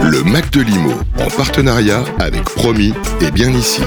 Le Mac de Limo, en partenariat avec Promis et Bien Ici.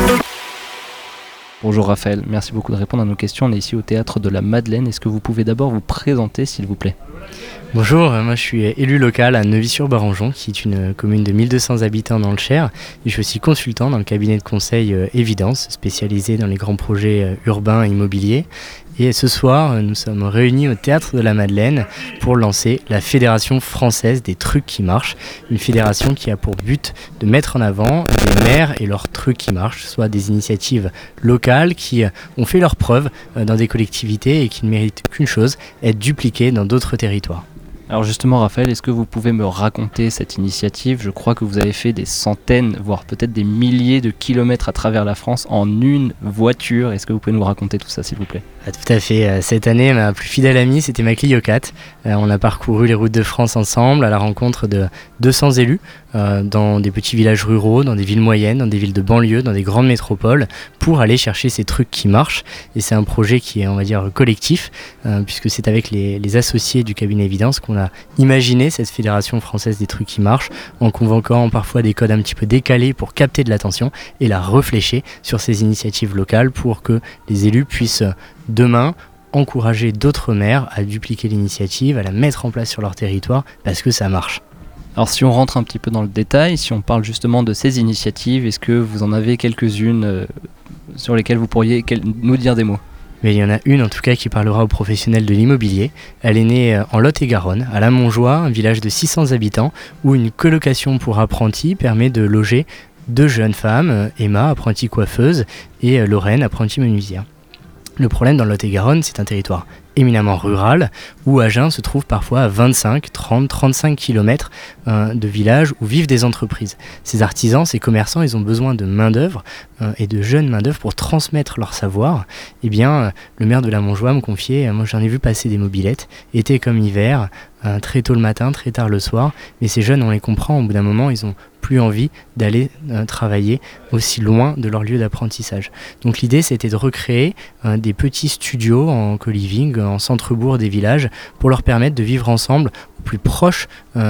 Bonjour Raphaël, merci beaucoup de répondre à nos questions. On est ici au Théâtre de la Madeleine. Est-ce que vous pouvez d'abord vous présenter s'il vous plaît ? Bonjour, moi je suis élu local à Neuvy-sur-Barangeon, qui est une commune de 1200 habitants dans le Cher. Et je suis aussi consultant dans le cabinet de conseil Évidence, spécialisé dans les grands projets urbains et immobiliers. Et ce soir, nous sommes réunis au Théâtre de la Madeleine pour lancer la Fédération française des trucs qui marchent. Une fédération qui a pour but de mettre en avant les maires et leurs trucs qui marchent, soit des initiatives locales qui ont fait leurs preuves dans des collectivités et qui ne méritent qu'une chose, être dupliquées dans d'autres territoires. Alors justement Raphaël, est-ce que vous pouvez me raconter cette initiative ? Je crois que vous avez fait des centaines, voire peut-être des milliers de kilomètres à travers la France en une voiture. Est-ce que vous pouvez nous raconter tout ça s'il vous plaît ? Tout à fait. Cette année, ma plus fidèle amie, c'était ma Clio 4. On a parcouru les routes de France ensemble à la rencontre de 200 élus dans des petits villages ruraux, dans des villes moyennes, dans des villes de banlieue, dans des grandes métropoles pour aller chercher ces trucs qui marchent. Et c'est un projet qui est, on va dire, collectif puisque c'est avec les associés du cabinet Évidence qu'on a imaginé cette fédération française des trucs qui marchent en convoquant parfois des codes un petit peu décalés pour capter de l'attention et la réfléchir sur ces initiatives locales pour que les élus puissent demain encourager d'autres maires à dupliquer l'initiative, à la mettre en place sur leur territoire parce que ça marche. Alors si on rentre un petit peu dans le détail, si on parle justement de ces initiatives, est-ce que vous en avez quelques-unes sur lesquelles vous pourriez nous dire des mots ? Mais il y en a une en tout cas qui parlera aux professionnels de l'immobilier. Elle est née en Lot-et-Garonne, à La Montjoie, un village de 600 habitants, où une colocation pour apprentis permet de loger deux jeunes femmes, Emma, apprentie coiffeuse, et Lorraine, apprentie menuisière. Le problème dans le Lot-et-Garonne, c'est un territoire éminemment rural, où Agen se trouve parfois à 25, 30, 35 km de villages où vivent des entreprises. Ces artisans, ces commerçants, ils ont besoin de main-d'œuvre et de jeunes main-d'œuvre pour transmettre leur savoir. Eh bien, le maire de La Montjoie me confiait, moi j'en ai vu passer des mobylettes, été comme hiver, très tôt le matin, très tard le soir, mais ces jeunes, on les comprend, au bout d'un moment, ils ont plus envie d'aller travailler aussi loin de leur lieu d'apprentissage. Donc l'idée, c'était de recréer des petits studios en co-living, en centre-bourg des villages, pour leur permettre de vivre ensemble au plus proche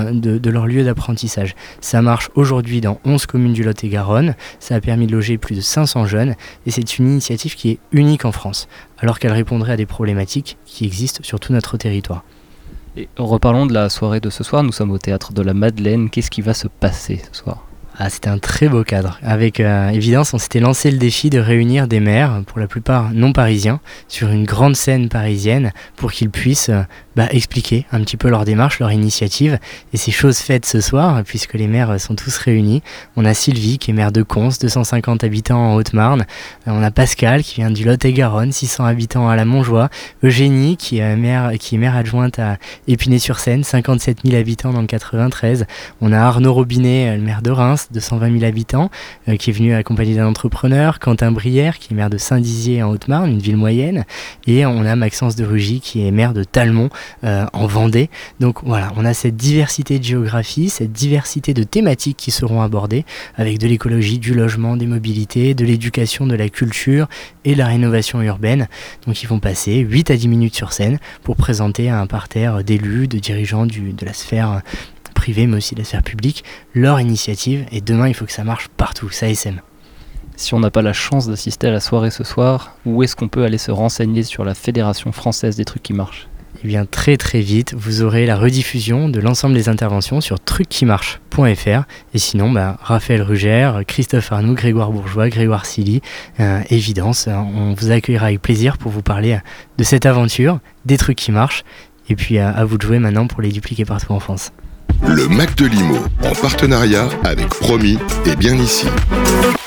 de leur lieu d'apprentissage. Ça marche aujourd'hui dans 11 communes du Lot-et-Garonne, ça a permis de loger plus de 500 jeunes, et c'est une initiative qui est unique en France, alors qu'elle répondrait à des problématiques qui existent sur tout notre territoire. Et reparlons de la soirée de ce soir, nous sommes au Théâtre de la Madeleine, qu'est-ce qui va se passer ce soir ? C'était un très beau cadre. Avec Évidence, on s'était lancé le défi de réunir des maires, pour la plupart non parisiens, sur une grande scène parisienne pour qu'ils puissent expliquer un petit peu leur démarche, leur initiative. Et c'est chose faite ce soir, puisque les maires sont tous réunis. On a Sylvie, qui est maire de Cons, 250 habitants en Haute-Marne. On a Pascal, qui vient du Lot-et-Garonne, 600 habitants à La Montjoie. Eugénie, qui est maire adjointe à Épinay-sur-Seine, 57 000 habitants dans le 93. On a Arnaud Robinet, le maire de Reims, 220 000 habitants, qui est venu accompagné d'un entrepreneur, Quentin Brière, qui est maire de Saint-Dizier en Haute-Marne, une ville moyenne, et on a Maxence de Rugy, qui est maire de Talmont, en Vendée. Donc voilà, on a cette diversité de géographie, cette diversité de thématiques qui seront abordées, avec de l'écologie, du logement, des mobilités, de l'éducation, de la culture et de la rénovation urbaine. Donc ils vont passer 8 à 10 minutes sur scène pour présenter à un parterre d'élus, de dirigeants de la sphère privée mais aussi de la sphère publique, leur initiative, et demain il faut que ça marche partout, ça SM. Si on n'a pas la chance d'assister à la soirée ce soir, où est-ce qu'on peut aller se renseigner sur la Fédération française des trucs qui marchent ? Eh bien très très vite, vous aurez la rediffusion de l'ensemble des interventions sur trucsquimarchent.fr, et sinon Raphaël Rugère, Christophe Arnoux, Grégoire Bourgeois, Grégoire Silly, Évidence, on vous accueillera avec plaisir pour vous parler de cette aventure, des trucs qui marchent, et puis à vous de jouer maintenant pour les dupliquer partout en France. Le Mac de Limo, en partenariat avec Promis et Bien Ici.